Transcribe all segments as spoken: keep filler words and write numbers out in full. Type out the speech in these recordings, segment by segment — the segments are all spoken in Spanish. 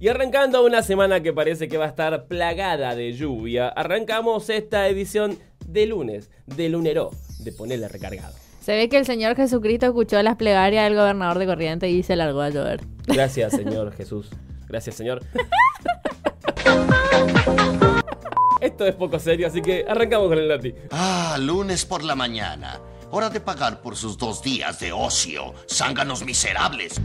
Y arrancando una semana que parece que va a estar plagada de lluvia, arrancamos esta edición de lunes, de Lunero, de Ponele Recargado. Se ve que el Señor Jesucristo escuchó las plegarias del gobernador de Corrientes y se largó a llover. Gracias, Señor Jesús. Gracias, Señor. Esto es poco serio, así que arrancamos con el Nati. Ah, lunes por la mañana. Hora de pagar por sus dos días de ocio. Zánganos miserables.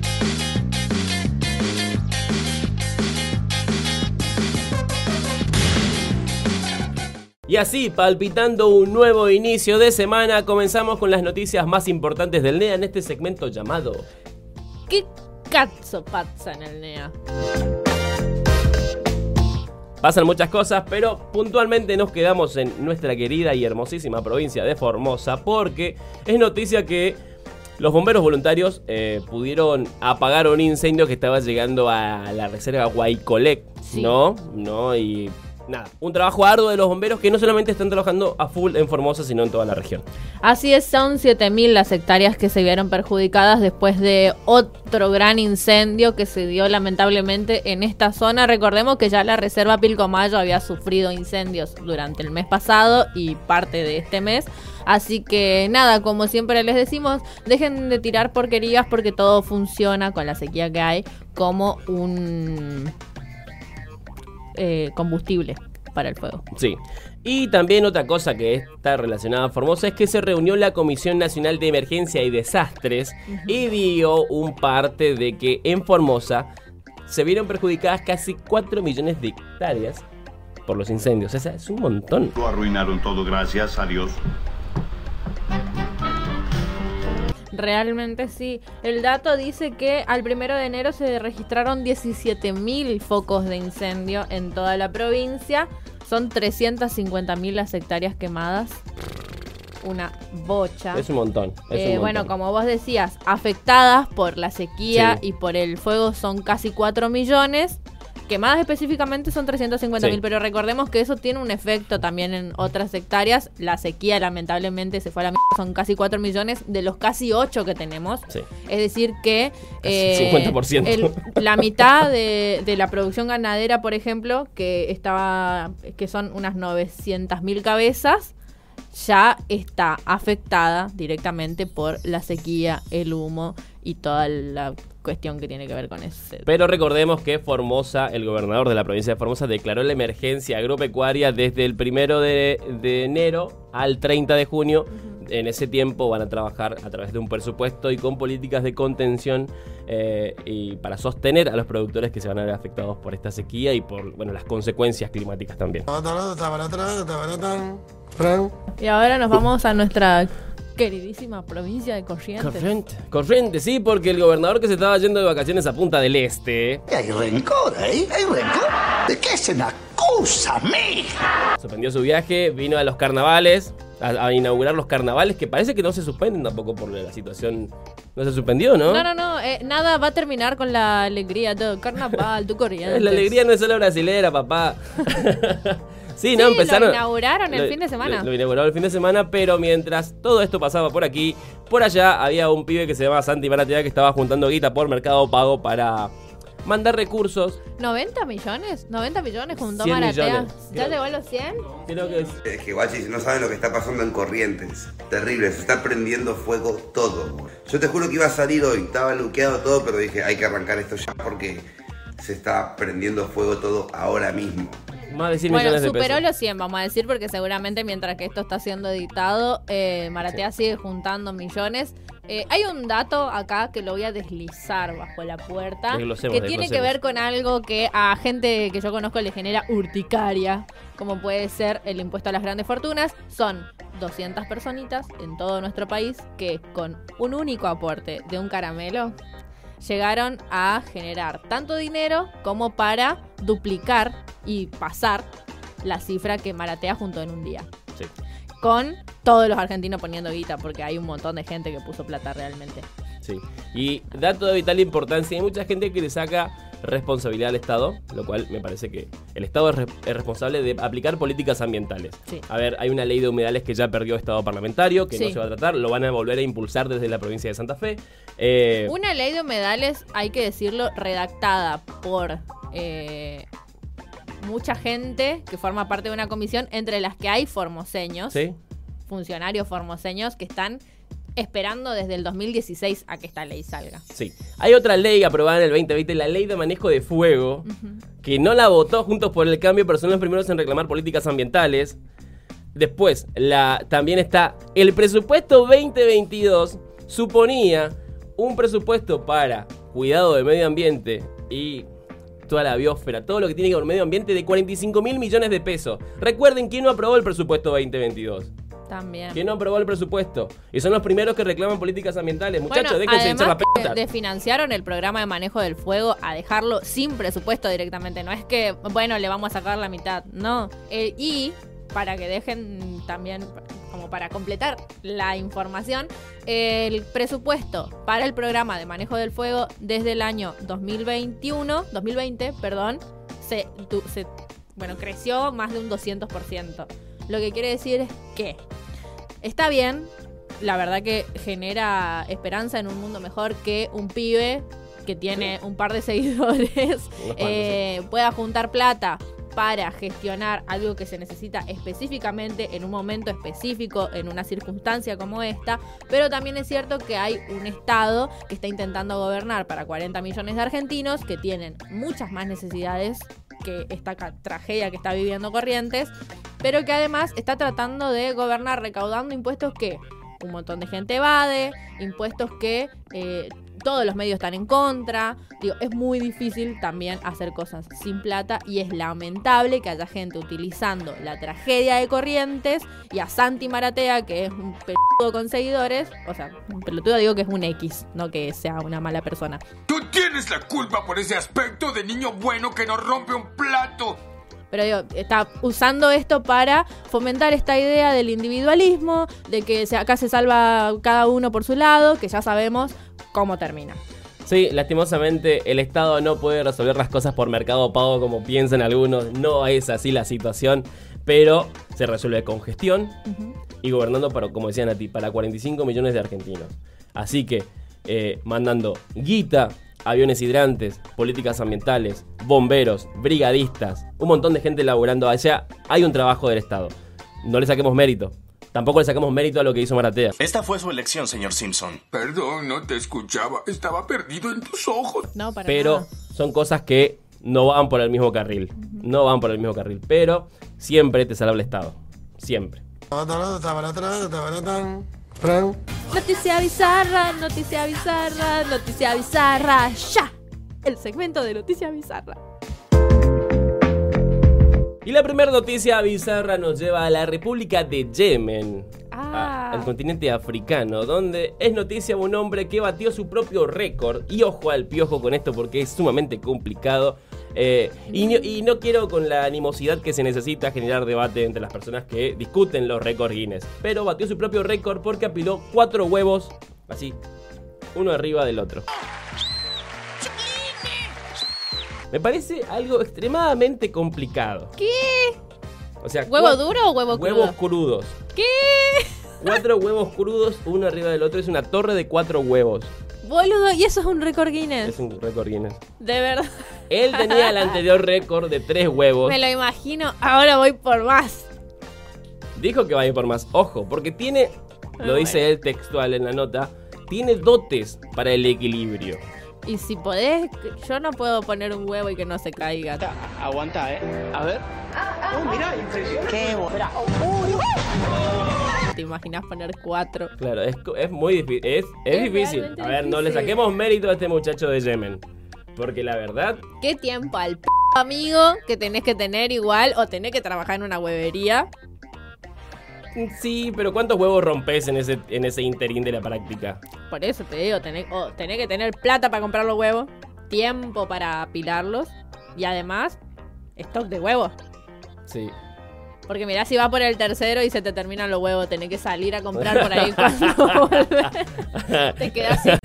Y así, palpitando un nuevo inicio de semana, comenzamos con las noticias más importantes del N E A en este segmento llamado ¿Qué cazzo pasa en el N E A? Pasan muchas cosas, pero puntualmente nos quedamos en nuestra querida y hermosísima provincia de Formosa, porque es noticia que los bomberos voluntarios eh, pudieron apagar un incendio que estaba llegando a la reserva Guaycolec, sí. ¿no? ¿no? Y nada, un trabajo arduo de los bomberos que no solamente están trabajando a full en Formosa, sino en toda la región. Así es, son siete mil las hectáreas que se vieron perjudicadas después de otro gran incendio que se dio lamentablemente en esta zona. Recordemos que ya la reserva Pilcomayo había sufrido incendios durante el mes pasado y parte de este mes. Así que nada, como siempre les decimos, dejen de tirar porquerías porque todo funciona con la sequía que hay como un eh, combustible para el fuego. Sí. Y también otra cosa que está relacionada a Formosa es que se reunió la Comisión Nacional de Emergencia y Desastres uh-huh. y dio un parte de que en Formosa se vieron perjudicadas casi cuatro millones de hectáreas por los incendios. O sea, es un montón. Lo arruinaron todo, gracias a Dios. Realmente sí. El dato dice que al primero de enero se registraron diecisiete mil focos de incendio en toda la provincia. Son trescientas cincuenta mil las hectáreas quemadas. Una bocha. Es un montón. Es eh, un montón. Bueno, como vos decías, afectadas por la sequía sí. y por el fuego son casi cuatro millones. Quemadas específicamente son trescientas cincuenta mil, sí. pero recordemos que eso tiene un efecto también en otras hectáreas. La sequía lamentablemente se fue a la mierda, son casi cuatro millones de los casi ocho que tenemos. Sí. Es decir que eh, cincuenta por ciento. El, la mitad de, de la producción ganadera, por ejemplo, que estaba que son unas novecientas mil cabezas, ya está afectada directamente por la sequía, el humo y toda la cuestión que tiene que ver con eso. Pero recordemos que Formosa, el gobernador de la provincia de Formosa, declaró la emergencia agropecuaria desde el primero de, de enero al treinta de junio. Uh-huh. En ese tiempo van a trabajar a través de un presupuesto y con políticas de contención eh, y para sostener a los productores que se van a ver afectados por esta sequía y por bueno las consecuencias climáticas también. Y ahora nos vamos a nuestra queridísima provincia de Corrientes. Corrientes, Corrientes, sí, porque el gobernador que se estaba yendo de vacaciones a Punta del Este... Hay rencor, ¿eh? Hay rencor. ¿De qué se me acusa a mí? Suspendió su viaje, vino a los carnavales, a, a inaugurar los carnavales, que parece que no se suspenden tampoco por la situación... No se suspendió, ¿no? No, no, no, eh, nada va a terminar con la alegría, todo, carnaval, tu Corrientes. La alegría no es solo brasilera, papá. Sí, no, sí, empezaron. Lo inauguraron el lo, fin de semana. Lo, lo inauguraron el fin de semana, pero mientras todo esto pasaba por aquí, por allá había un pibe que se llama Santi Maratea que estaba juntando guita por Mercado Pago para mandar recursos. ¿noventa millones? ¿noventa millones juntó cien Maratea? millones. ¿Ya Creo, llegó a los cien? Creo que es. Es que guachis, no saben lo que está pasando en Corrientes. Terrible, se está prendiendo fuego todo. Yo te juro que iba a salir hoy, estaba luqueado todo, pero dije, hay que arrancar esto ya porque se está prendiendo fuego todo ahora mismo. Más de cien bueno, millones de pesos. superó los cien, vamos a decir, porque seguramente mientras que esto está siendo editado, eh, Maratea sí. sigue juntando millones. Eh, hay un dato acá que lo voy a deslizar bajo la puerta, desglosemos, que tiene desglosemos. que ver con algo que a gente que yo conozco le genera urticaria, como puede ser el impuesto a las grandes fortunas. Son doscientas personitas en todo nuestro país que con un único aporte de un caramelo llegaron a generar tanto dinero como para duplicar y pasar la cifra que Maratea juntó en un día. Sí. Con todos los argentinos poniendo guita, porque hay un montón de gente que puso plata realmente. Sí. Y dato de vital importancia, hay mucha gente que le saca responsabilidad al Estado, lo cual me parece que el Estado es, re- es responsable de aplicar políticas ambientales. Sí. A ver, hay una ley de humedales que ya perdió estado parlamentario, que Sí. no se va a tratar, lo van a volver a impulsar desde la provincia de Santa Fe. Eh, Una ley de humedales, hay que decirlo, redactada por eh, mucha gente que forma parte de una comisión, entre las que hay formoseños, ¿Sí? funcionarios formoseños que están esperando desde el dos mil dieciséis a que esta ley salga. Sí. Hay otra ley aprobada en el veinte veinte, la ley de manejo de fuego, uh-huh. que no la votó Juntos por el Cambio, pero son los primeros en reclamar políticas ambientales. Después, la, también está el presupuesto veinte veintidós, suponía un presupuesto para cuidado del medio ambiente y toda la biosfera, todo lo que tiene que ver con medio ambiente, de cuarenta y cinco mil millones de pesos. Recuerden quién no aprobó el presupuesto veinte veintidós. También. ¿Quién no aprobó el presupuesto? Y son los primeros que reclaman políticas ambientales. Muchachos, bueno, déjense de echar la pelota. De financiaron el programa de manejo del fuego a dejarlo sin presupuesto directamente. No es que, bueno, le vamos a sacar la mitad. No. Eh, y para que dejen también, como para completar la información, el presupuesto para el programa de manejo del fuego desde el año dos mil veintiuno, dos mil veinte, perdón, se, tu, se bueno, creció más de un doscientos por ciento. Lo que quiere decir es que está bien, la verdad que genera esperanza en un mundo mejor que un pibe que tiene un par de seguidores eh, pueda juntar plata para gestionar algo que se necesita específicamente en un momento específico, en una circunstancia como esta, pero también es cierto que hay un Estado que está intentando gobernar para cuarenta millones de argentinos que tienen muchas más necesidades que esta ca- tragedia que está viviendo Corrientes, pero que además está tratando de gobernar recaudando impuestos que un montón de gente evade, impuestos que eh, todos los medios están en contra. Digo, es muy difícil también hacer cosas sin plata y es lamentable que haya gente utilizando la tragedia de Corrientes y a Santi Maratea, que es un pelotudo con seguidores, o sea, un pelotudo digo que es un X, no que sea una mala persona. Tú tienes la culpa por ese aspecto de niño bueno que no rompe un plato. Pero digo, está usando esto para fomentar esta idea del individualismo, de que se, acá se salva cada uno por su lado, que ya sabemos cómo termina. Sí, lastimosamente el Estado no puede resolver las cosas por mercado pago como piensan algunos, no es así la situación, pero se resuelve con gestión uh-huh. y gobernando, para, como decían a ti, para cuarenta y cinco millones de argentinos. Así que eh, mandando guita, aviones hidrantes, políticas ambientales, bomberos, brigadistas, un montón de gente laburando allá, hay un trabajo del Estado. No le saquemos mérito. Tampoco le sacamos mérito a lo que hizo Maratea. Esta fue su elección, señor Simpson. Perdón, no te escuchaba. Estaba perdido en tus ojos. No, para Pero nada. son cosas que no van por el mismo carril. Uh-huh. No van por el mismo carril. Pero siempre te salva el Estado. Siempre. Noticia bizarra, noticia bizarra, noticia bizarra. ¡Ya! El segmento de noticia bizarra. Y la primera noticia bizarra nos lleva a la República de Yemen, ah. a, al continente africano, donde es noticia un hombre que batió su propio récord. Y ojo al piojo con esto porque es sumamente complicado. Eh, y, no, y no quiero con la animosidad que se necesita generar debate entre las personas que discuten los récords Guinness. Pero batió su propio récord porque apiló cuatro huevos, así, uno arriba del otro. Me parece algo extremadamente complicado. ¿Qué? O sea, ¿Huevo cua- duro o huevo crudo? Huevos crudos. ¿Qué? Cuatro huevos crudos, uno arriba del otro. Es una torre de cuatro huevos. Boludo, y eso es un récord Guinness. Es un récord Guinness. De verdad. Él tenía el anterior récord de tres huevos. Me lo imagino, ahora voy por más. Dijo que va a ir por más. Ojo, porque tiene, lo dice él textual en la nota, tiene dotes para el equilibrio. Y si podés, yo no puedo poner un huevo y que no se caiga. Aguanta, ¿eh? A ver. Oh, mira, impresionante. Qué bueno. ¿Te imaginas poner cuatro? Claro, es, es muy difícil. Es, es, Es difícil. realmente A ver, no le difícil. saquemos mérito a este muchacho de Yemen. Porque la verdad, ¿Qué tiempo al p*** amigo que tenés que tener igual o tenés que trabajar en una huevería? sí, pero ¿cuántos huevos rompes en ese, en ese interín de la práctica? Por eso te digo, tenés, o tenés que tener plata para comprar los huevos, tiempo para apilarlos y además stock de huevos. Sí. Porque mirá, si va por el tercero y se te terminan los huevos, tenés que salir a comprar por ahí cuando volvés. Te quedás sin...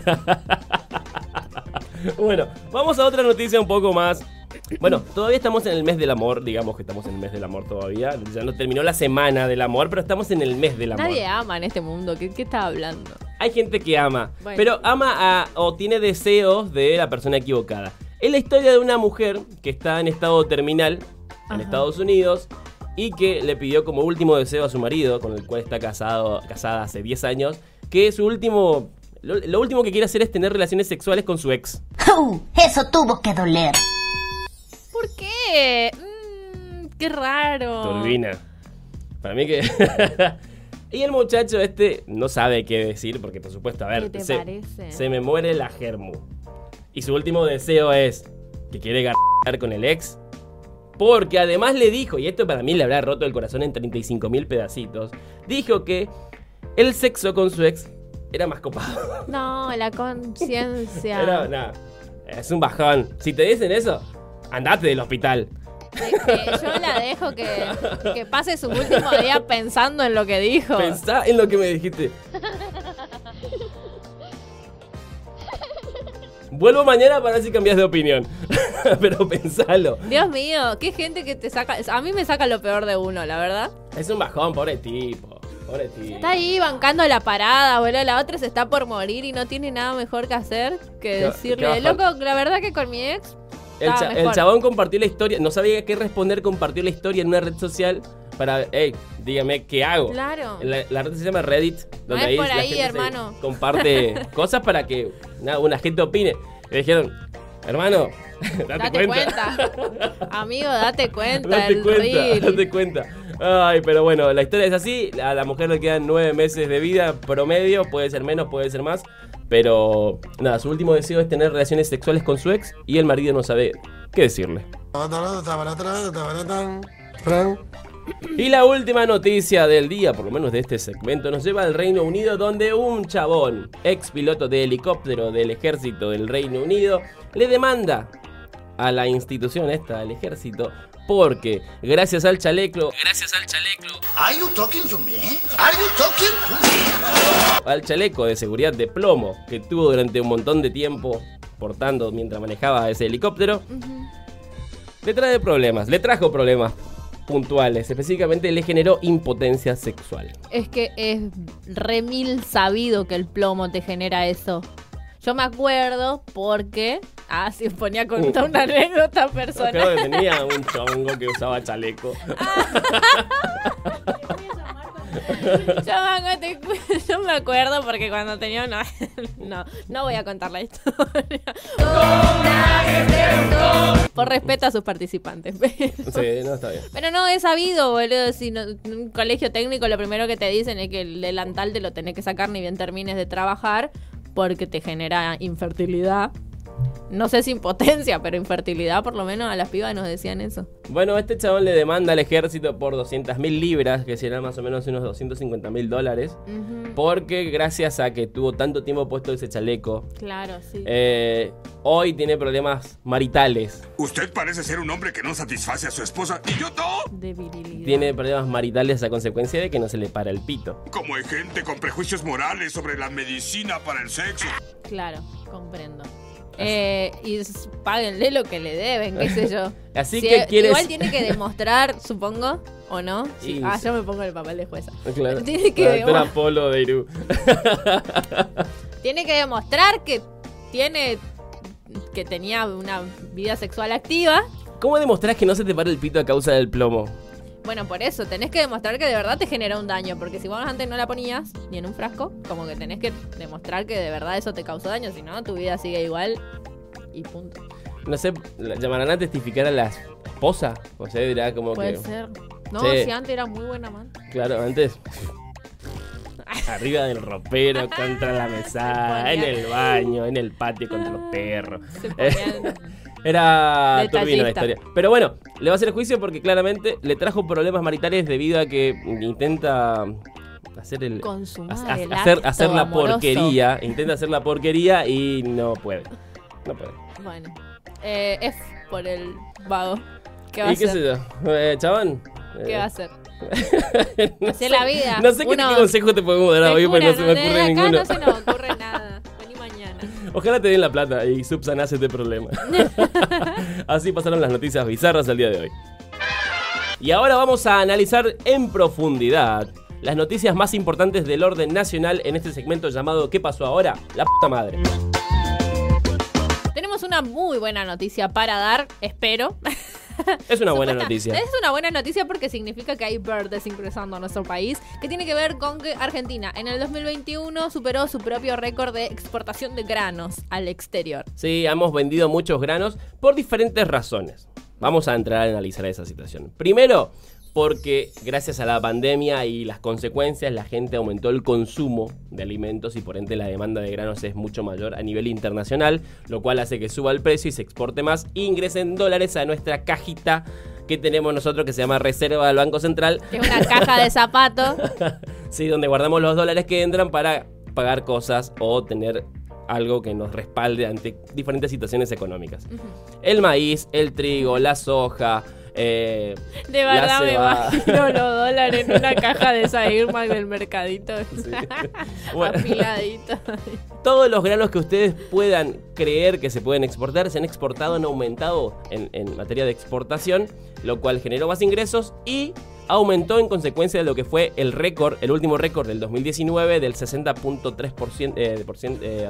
Bueno, vamos a otra noticia un poco más. Bueno, todavía estamos en el mes del amor, digamos que estamos en el mes del amor todavía. Ya no terminó la semana del amor, pero estamos en el mes del amor. Nadie ama en este mundo, ¿qué, qué estás hablando? Hay gente que ama, Bueno. pero ama a, o tiene deseos de la persona equivocada. Es la historia de una mujer que está en estado terminal en Ajá. Estados Unidos y que le pidió como último deseo a su marido, con el cual está casado, casada hace diez años, que su último, lo, lo último que quiere hacer es tener relaciones sexuales con su ex. Uh, eso tuvo que doler. ¿Por qué? Mm, qué raro. Turbina. Para mí que... Y el muchacho este no sabe qué decir porque, por supuesto, a ver, ¿Qué te se, parece? se me muere la germu. Y su último deseo es que quiere garrar con el ex. Porque además le dijo, y esto para mí le habrá roto el corazón en treinta y cinco mil pedacitos, dijo que el sexo con su ex era más copado. No, la conciencia. Era, nada, es un bajón. Si te dicen eso, andate del hospital. Que, que yo la dejo que, que pase su último día pensando en lo que dijo. Pensá en lo que me dijiste. Vuelvo mañana para ver si cambias de opinión. Pero pensalo. Dios mío, qué gente que te saca. A mí me saca lo peor de uno, la verdad. Es un bajón, pobre tipo. Pobre tipo. Está ahí bancando la parada, boludo. La otra se está por morir y no tiene nada mejor que hacer que ¿Qué- decirle, qué bajón? loco, la verdad que con mi ex. El, estaba cha- el mejor". chabón compartió la historia. No sabía qué responder, compartió la historia en una red social para, hey, dígame qué hago. Claro. La, la red se llama Reddit, No donde es ahí, por la ahí, gente se hermano. comparte cosas para que nada, una gente opine. Le dijeron, hermano, date, Date cuenta. cuenta. Amigo, date cuenta. Date el cuenta, reel. date cuenta. Ay, pero bueno, la historia es así. A la mujer le quedan nueve meses de vida promedio. Puede ser menos, puede ser más. Pero nada, su último deseo es tener relaciones sexuales con su ex y el marido no sabe qué decirle. Y la última noticia del día, por lo menos de este segmento, nos lleva al Reino Unido, donde un chabón, ex piloto de helicóptero del ejército del Reino Unido, le demanda a la institución esta, al ejército, porque gracias al chaleco, gracias al chaleco, Are you talking to me? Are you talking to me? al chaleco de seguridad de plomo que tuvo durante un montón de tiempo portando mientras manejaba ese helicóptero, le trae problemas, le trajo problemas puntuales, específicamente le generó impotencia sexual. Es que es re mil sabido que el plomo te genera eso. Yo me acuerdo porque... Ah, sí, ponía a contar una anécdota personal. Creo que tenía un chongo que usaba chaleco. Yo me, acuerdo, yo me acuerdo porque cuando tenía una... No, no voy a contar la historia. Por respeto a sus participantes. Pero, Sí, no, está bien. pero no, es sabido, boludo. Si no, en un colegio técnico lo primero que te dicen es que el delantal te lo tenés que sacar ni bien termines de trabajar porque te genera infertilidad. No sé si impotencia, pero infertilidad, por lo menos a las pibas nos decían eso. Bueno, este chabón le demanda al ejército por doscientas mil libras, que serán más o menos unos doscientos cincuenta mil dólares, Ujú. porque gracias a que tuvo tanto tiempo puesto ese chaleco, Claro, sí. eh, hoy tiene problemas maritales. Usted parece ser un hombre que no satisface a su esposa y yo no. De virilidad. Tiene problemas maritales a consecuencia de que no se le para el pito. Como hay gente con prejuicios morales sobre la medicina para el sexo. Claro, comprendo. Eh, y s- páguenle lo que le deben, qué sé yo. Así Si- que quieres... Igual tiene que demostrar, supongo, ¿o no? Sí. Y- Ah, yo me pongo el papel de jueza. Claro, Tiene que la doctora demo- Polo de Irú. Tiene que demostrar que tiene que tenía una vida sexual activa. ¿Cómo demostrás que no se te para el pito a causa del plomo? Bueno, por eso, tenés que demostrar que de verdad te genera un daño. Porque si vos antes no la ponías, ni en un frasco, como que tenés que demostrar que de verdad eso te causó daño. Si no, tu vida sigue igual y punto. No sé, ¿la- ¿llamarán a testificar a la esposa? O sea, dirá como Puede que... ser. No, Sí. si antes era muy buena man. Claro, antes... Arriba del ropero, contra la mesada, Se en ponía- el baño, en el patio contra los perros. Se ponían- Era Detallista. turbina la historia. Pero bueno, le va a hacer juicio porque claramente le trajo problemas maritales debido a que intenta hacer el... Consumar ha- el hacer, acto hacer la amoroso. porquería. Intenta hacer la porquería y no puede. No puede. Bueno, eh, F por el vago. ¿Qué va a ¿Y qué hacer? sé yo? Eh, chabón. ¿Qué eh, va a hacer? no Así sé- es la vida. No sé qué, Uno- qué consejo te podemos dar Te hoy, pero no juro, se me desde ocurre acá ninguno. no se nos ocurre nada. Vení mañana. Ojalá te den la plata y subsanás este problema. Así pasaron las noticias bizarras del día de hoy. Y ahora vamos a analizar en profundidad las noticias más importantes del orden nacional en este segmento llamado ¿Qué pasó ahora? La puta madre. Tenemos una muy buena noticia para dar, espero. Es una buena noticia. Es una buena noticia porque significa que hay verdes ingresando a nuestro país, que tiene que ver con que Argentina en el dos mil veintiuno superó su propio récord de exportación de granos al exterior. Sí, hemos vendido muchos granos por diferentes razones. Vamos a entrar a analizar esa situación. Primero, porque gracias a la pandemia y las consecuencias, la gente aumentó el consumo de alimentos y por ende la demanda de granos es mucho mayor a nivel internacional, lo cual hace que suba el precio y se exporte más e ingresen dólares a nuestra cajita que tenemos nosotros que se llama Reserva del Banco Central. Que es una caja de zapatos. Sí, donde guardamos los dólares que entran para pagar cosas o tener algo que nos respalde ante diferentes situaciones económicas. Uh-huh. El maíz, el trigo, la soja... Eh, de verdad me imagino los dólares en una caja de esa Irma del mercadito. Sí. Bueno, apiladito. Todos los granos que ustedes puedan creer que se pueden exportar se han exportado, han aumentado en, en materia de exportación, lo cual generó más ingresos y aumentó en consecuencia de lo que fue el récord, el último récord del dos mil diecinueve del sesenta punto tres por ciento eh, por ciento, eh,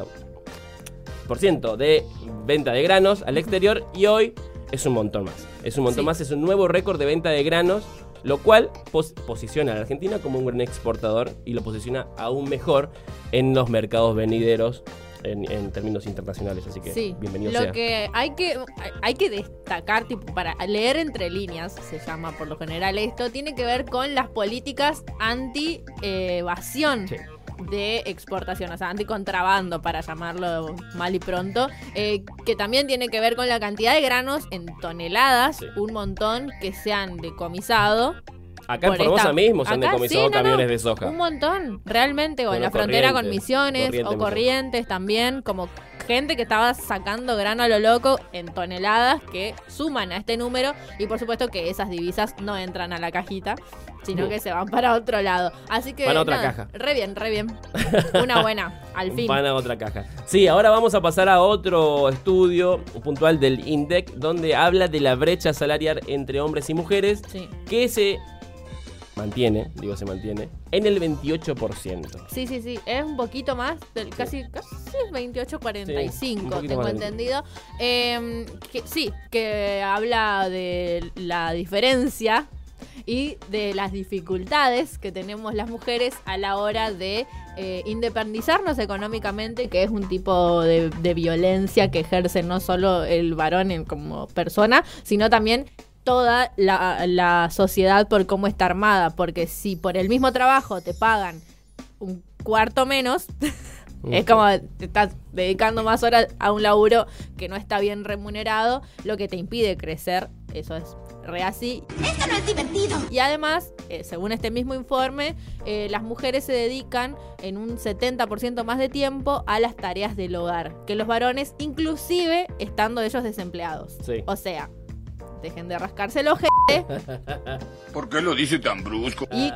por ciento de venta de granos al exterior y hoy es un montón más. Es un montón sí. más, es un nuevo récord de venta de granos, lo cual pos- posiciona a la Argentina como un gran exportador y lo posiciona aún mejor en los mercados venideros en, en términos internacionales. Así que sí. bienvenido lo sea. que hay que hay que destacar, tipo, para leer entre líneas, se llama por lo general esto, tiene que ver con las políticas anti-evasión. Sí. De exportación, o sea, anticontrabando, para llamarlo mal y pronto, eh, que también tiene que ver con la cantidad de granos en toneladas, sí. un montón que se han decomisado. Acá en Formosa esta... mismo se han Acá, decomisado sí, no, camiones no, de soja. Un montón, realmente, o bueno, en la frontera con Misiones, Corrientes, o Corrientes también, como gente que estaba sacando grano a lo loco en toneladas que suman a este número, y por supuesto que esas divisas no entran a la cajita, sino que se van para otro lado. Así que van a otra nada, caja. Re bien, re bien. Una buena, al fin. Van a otra caja. Sí, ahora vamos a pasar a otro estudio puntual del INDEC, donde habla de la brecha salarial entre hombres y mujeres, sí. que se mantiene, digo se mantiene, en el veintiocho por ciento. Sí, sí, sí, es un poquito más, del, casi, casi veintiocho cuarenta y cinco, sí, tengo entendido. Eh, que, sí, que habla de la diferencia y de las dificultades que tenemos las mujeres a la hora de eh, independizarnos económicamente, que es un tipo de, de violencia que ejerce no solo el varón en, como persona, sino también toda la, la sociedad por cómo está armada, porque si por el mismo trabajo te pagan un cuarto menos, es como te estás dedicando más horas a un laburo que no está bien remunerado, lo que te impide crecer. Eso es re así. ¡Esto no es divertido! Y además, eh, según este mismo informe, eh, las mujeres se dedican en un setenta por ciento más de tiempo a las tareas del hogar que los varones, inclusive estando ellos desempleados. Sí. O sea, dejen de rascarse el ojete. ¿Por qué lo dice tan brusco? Y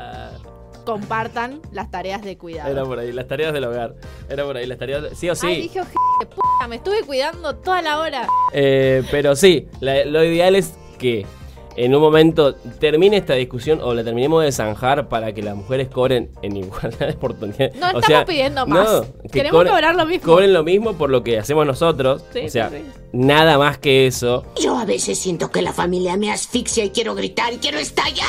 compartan las tareas de cuidado. Era por ahí, las tareas del hogar. Era por ahí, las tareas de... Sí o sí. Ay, dije ojete, puta, me estuve cuidando toda la hora. Eh, pero sí, la, lo ideal es que en un momento termine esta discusión o la terminemos de zanjar para que las mujeres cobren en igualdad de oportunidades. No o estamos sea, pidiendo más. No, que queremos cobren, cobrar lo mismo. Cobren lo mismo por lo que hacemos nosotros. Sí, o sea, sí, sí. Nada más que eso. Yo a veces siento que la familia me asfixia y quiero gritar y quiero estallar.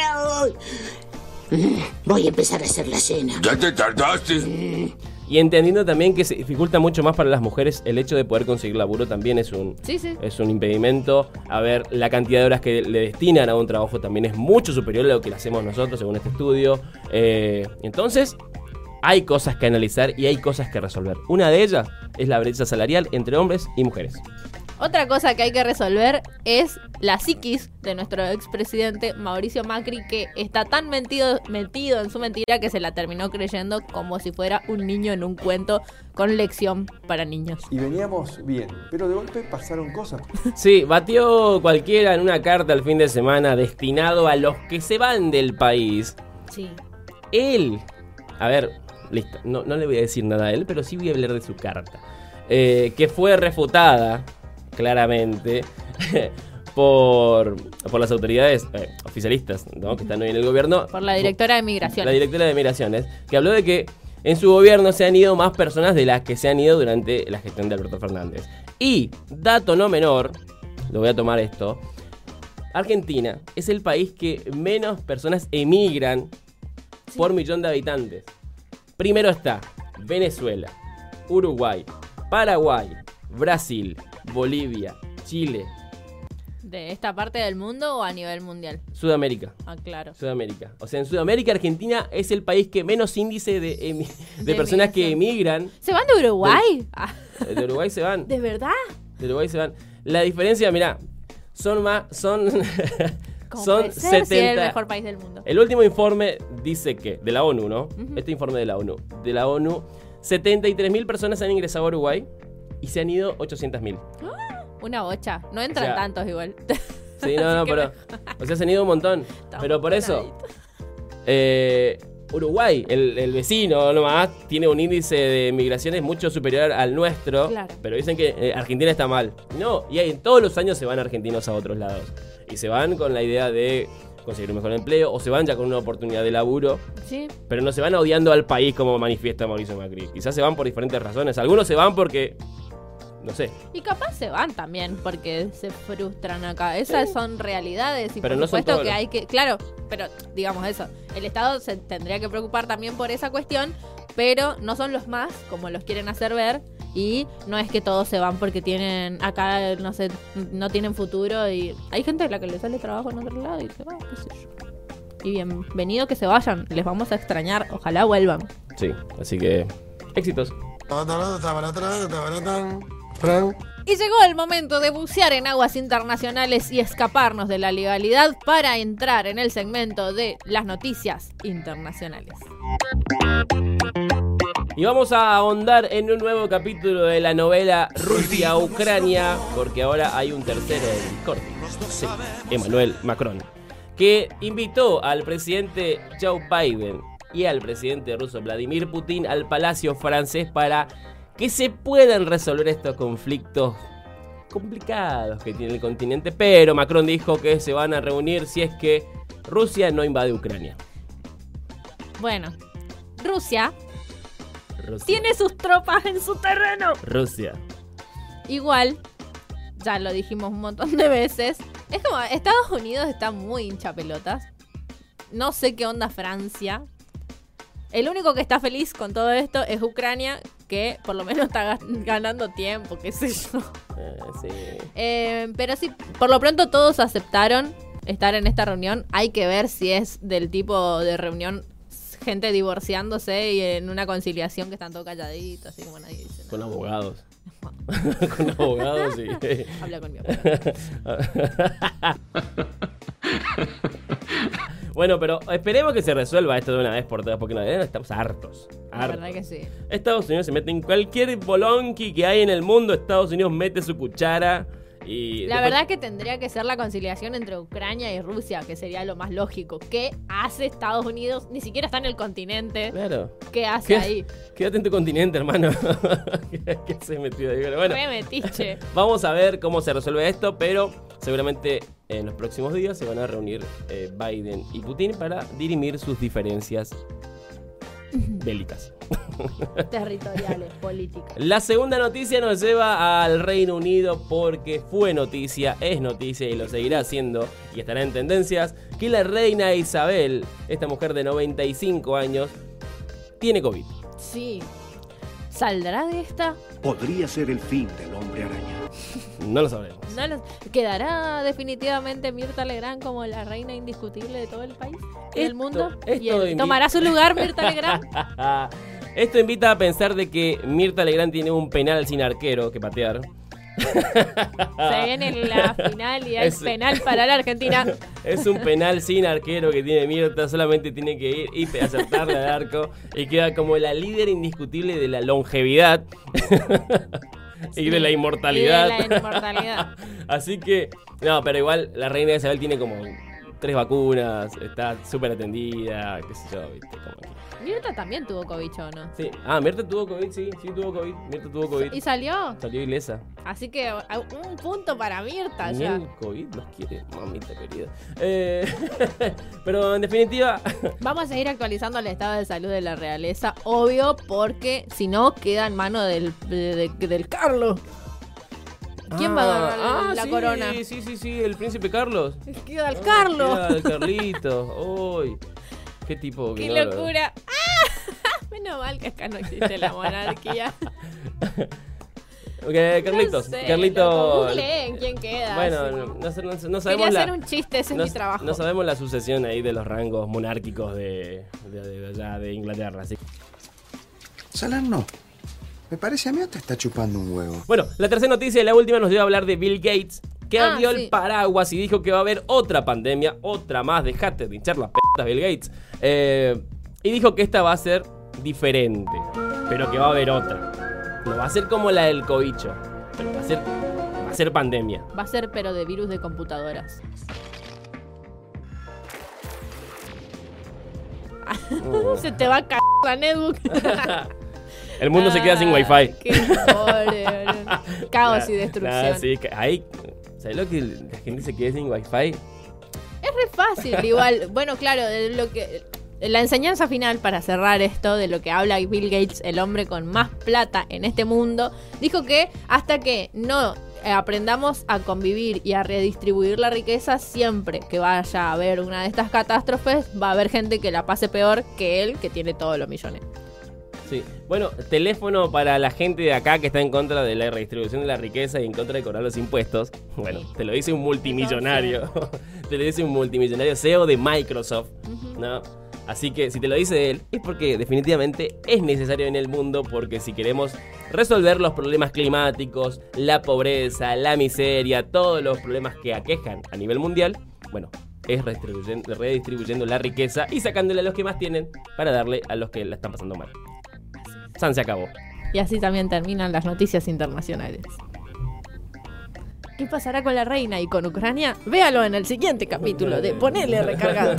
Voy a empezar a hacer la cena. Ya te tardaste. Y entendiendo también que se dificulta mucho más para las mujeres el hecho de poder conseguir laburo, también es un, sí, sí. es un impedimento. A ver, la cantidad de horas que le destinan a un trabajo también es mucho superior a lo que le hacemos nosotros, según este estudio. Eh, entonces, hay cosas que analizar y hay cosas que resolver. Una de ellas es la brecha salarial entre hombres y mujeres. Otra cosa que hay que resolver es la psiquis de nuestro expresidente Mauricio Macri, que está tan metido, metido en su mentira que se la terminó creyendo como si fuera un niño en un cuento con lección para niños. Y veníamos bien, pero de golpe pasaron cosas. Sí, batió cualquiera en una carta el fin de semana destinado a los que se van del país. Sí. Él, a ver, listo, no, no le voy a decir nada a él, pero sí voy a hablar de su carta, eh, que fue refutada claramente por, por las autoridades eh, oficialistas, ¿no? Que están hoy en el gobierno. Por la directora de Migraciones. La directora de Migraciones, que habló de que en su gobierno se han ido más personas de las que se han ido durante la gestión de Alberto Fernández. Y, dato no menor, lo voy a tomar esto, Argentina es el país que menos personas emigran sí. por millón de habitantes. Primero está Venezuela, Uruguay, Paraguay, Brasil, Bolivia, Chile. ¿De esta parte del mundo o a nivel mundial? Sudamérica. Ah, claro. Sudamérica. O sea, en Sudamérica, Argentina es el país que menos índice de, emi- de, de personas que emigran. ¿Se van de Uruguay? De, ah. de Uruguay se van. ¿De verdad? De Uruguay se van. La diferencia, mirá, son más, son... ¿Cómo son puede ser setenta... si es el mejor país del mundo? El último informe dice que, de la ONU, ¿no? Uh-huh. Este informe de la ONU. De la ONU, setenta y tres mil personas han ingresado a Uruguay y se han ido ochocientas mil. ¡Ah! Una bocha. No entran o sea, tantos igual. Sí, no, no, pero... O sea, se han ido un montón. Estamos pero por eso... Eh, Uruguay, el, el vecino nomás, tiene un índice de migraciones mucho superior al nuestro. Claro. Pero dicen que eh, Argentina está mal. No, y ahí, todos los años se van argentinos a otros lados. Y se van con la idea de conseguir un mejor empleo o se van ya con una oportunidad de laburo. Sí. Pero no se van odiando al país como manifiesta Mauricio Macri. Quizás se van por diferentes razones. Algunos se van porque... No sé. Y capaz se van también porque se frustran acá. Esas son realidades y pero por no supuesto son que los... hay que... Claro, pero digamos eso. El Estado se tendría que preocupar también por esa cuestión, pero no son los más como los quieren hacer ver. Y no es que todos se van porque tienen acá, no sé, no tienen futuro. Y hay gente a la que le sale trabajo en otro lado y se va, qué sé yo. Y bienvenido que se vayan. Les vamos a extrañar. Ojalá vuelvan. Sí, así que éxitos. Y llegó el momento de bucear en aguas internacionales y escaparnos de la legalidad para entrar en el segmento de las noticias internacionales. Y vamos a ahondar en un nuevo capítulo de la novela Rusia-Ucrania, porque ahora hay un tercero en corte. Sí, Emmanuel Macron, que invitó al presidente Joe Biden y al presidente ruso Vladimir Putin al Palacio francés para que se puedan resolver estos conflictos complicados que tiene el continente, pero Macron dijo que se van a reunir si es que Rusia no invade Ucrania. Bueno, Rusia, Rusia tiene sus tropas en su terreno. Rusia. Igual, ya lo dijimos un montón de veces, es como Estados Unidos está muy hincha pelotas. No sé qué onda Francia. El único que está feliz con todo esto es Ucrania, que por lo menos está ganando tiempo, qué sé yo. Eh, sí. Eh, pero sí, por lo pronto todos aceptaron estar en esta reunión. Hay que ver si es del tipo de reunión gente divorciándose y en una conciliación que están todos calladitos, así como nadie dice nada. Con abogados. Con abogados, sí. Habla con mi abogado. Bueno, pero esperemos que se resuelva esto de una vez por todas, porque no, estamos hartos. hartos. La verdad que sí. Estados Unidos se mete en cualquier bolonqui que hay en el mundo. Estados Unidos mete su cuchara. Y la después... verdad que tendría que ser la conciliación entre Ucrania y Rusia, que sería lo más lógico. ¿Qué hace Estados Unidos? Ni siquiera está en el continente. Claro. ¿Qué hace ¿Qué? ahí? Quédate en tu continente, hermano. ¿Qué se metió ahí? Bueno, me metiche. Vamos a ver cómo se resuelve esto, pero seguramente en los próximos días se van a reunir eh, Biden y Putin para dirimir sus diferencias bélicas. Territoriales, políticas. La segunda noticia nos lleva al Reino Unido porque fue noticia, es noticia y lo seguirá siendo y estará en tendencias que la reina Isabel, esta mujer de noventa y cinco años, tiene COVID. Sí. ¿Saldrá de esta? Podría ser el fin del hombre araña. No lo sabemos. No lo... ¿Quedará definitivamente Mirta Legrand como la reina indiscutible de todo el país y del mundo? Esto ¿Y el... invita... ¿Tomará su lugar Mirta Legrand? Esto invita a pensar de que Mirta Legrand tiene un penal sin arquero que patear. Se viene la final y hay es, penal para la Argentina. Es un penal sin arquero que tiene Mirta, solamente tiene que ir y acertarle al arco y queda como la líder indiscutible de la longevidad. Sí, y de la inmortalidad. Y de la inmortalidad. Así que, no, pero igual la reina Isabel tiene como tres vacunas, está súper atendida, qué sé yo, viste, como que... Mirta también tuvo COVID, ¿o no? Sí. Ah, Mirta tuvo COVID, sí, sí tuvo COVID. Mirta tuvo COVID. ¿Y salió? Salió ilesa. Así que un punto para Mirta Ni ya. el COVID los quiere, mamita querida. Eh, pero en definitiva... Vamos a seguir actualizando el estado de salud de la realeza, obvio, porque si no queda en mano del, de, de, del Carlos. ¿Quién ah, va a ganar ah, la sí, corona? Sí, sí, sí, el príncipe Carlos. Queda el Ah, Carlos. queda el Carlito. Uy, qué tipo. ¡Qué que no lo- locura! ¡Ah! Menos mal que acá no existe la monarquía. Okay, Carlitos, No sé, Carlito. loco, googleen quién queda. Bueno, sí. no, no, no, no sabemos Quería la, hacer un chiste, ese no, es mi trabajo. no sabemos la sucesión ahí de los rangos monárquicos de, de, de allá de Inglaterra. Así. Salerno, me parece a mí te está chupando un huevo. Bueno, la tercera noticia y la última nos dio a hablar de Bill Gates, que Ah, abrió sí. el paraguas y dijo que va a haber otra pandemia, otra más. Dejate de hinchar las p***, Bill Gates. Eh, y dijo que esta va a ser diferente, pero que va a haber otra. No va a ser como la del cobicho, pero va a ser, va a ser pandemia. Va a ser, pero de virus de computadoras. Oh. Se te va a caer la netbook. El mundo se queda sin wifi. Qué pobre, boludo. Caos y destrucción. Nah, sí, que- ahí, ¿sabes lo que la gente se queda sin wifi? Es re fácil, igual. Bueno, claro, de lo que la enseñanza final para cerrar esto de lo que habla Bill Gates, el hombre con más plata en este mundo, dijo que hasta que no eh, aprendamos a convivir y a redistribuir la riqueza, siempre que vaya a haber una de estas catástrofes, va a haber gente que la pase peor que él, que tiene todos los millones. Sí. Bueno, teléfono para la gente de acá que está en contra de la redistribución de la riqueza y en contra de cobrar los impuestos. Bueno, te lo dice un multimillonario. Te lo dice un multimillonario C E O de Microsoft, ¿no? Así que si te lo dice él, es porque definitivamente es necesario en el mundo, porque si queremos resolver los problemas climáticos, la pobreza, la miseria, todos los problemas que aquejan a nivel mundial, bueno, es redistribuyendo, redistribuyendo la riqueza y sacándole a los que más tienen para darle a los que la están pasando mal. San se acabó. Y así también terminan las noticias internacionales. ¿Qué pasará con la reina y con Ucrania? Véalo en el siguiente capítulo de Ponele Recargado.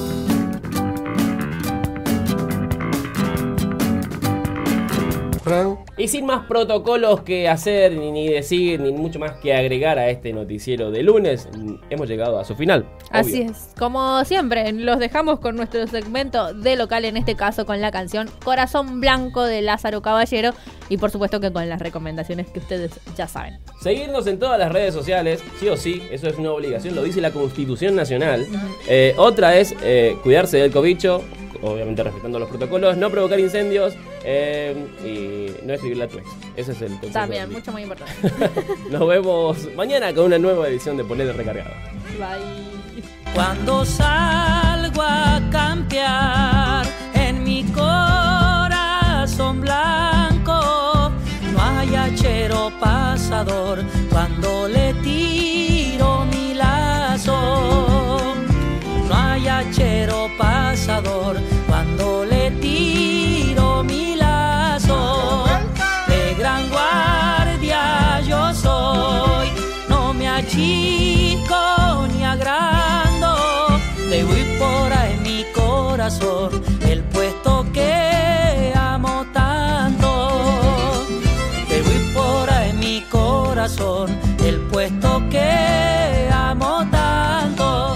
Y sin más protocolos que hacer, ni, ni decir, ni mucho más que agregar a este noticiero de lunes, hemos llegado a su final. Así obvio. es, como siempre, los dejamos con nuestro segmento de local, en este caso con la canción Corazón Blanco de Lázaro Caballero, y por supuesto que con las recomendaciones que ustedes ya saben. Seguirnos en todas las redes sociales, sí o sí, eso es una obligación, lo dice la Constitución Nacional. Eh, otra es eh, cuidarse del cobicho, obviamente respetando los protocolos, no provocar incendios eh, y no escribirle a tu ex. Ese es el consejo. También, del día. mucho muy importante. Nos vemos mañana con una nueva edición de Ponele Recargado. Bye. Cuando salgo a campear en mi corazón blanco, no hay hachero pasador cuando le tiro mi lazo. No hay hachero pasador cuando le tiro mi lazo. De gran guardia yo soy, no me achico ni agrando. Le voy por ahí en mi corazón, el puesto que amo tanto. Le voy por ahí en mi corazón, el puesto que amo tanto.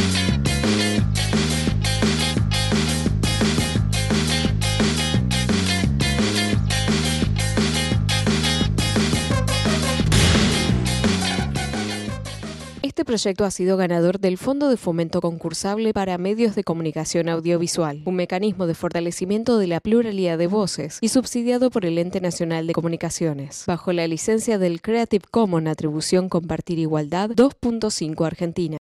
Este proyecto ha sido ganador del Fondo de Fomento Concursable para Medios de Comunicación Audiovisual, un mecanismo de fortalecimiento de la pluralidad de voces y subsidiado por el Ente Nacional de Comunicaciones, bajo la licencia del Creative Commons Atribución Compartir Igualdad dos punto cinco Argentina.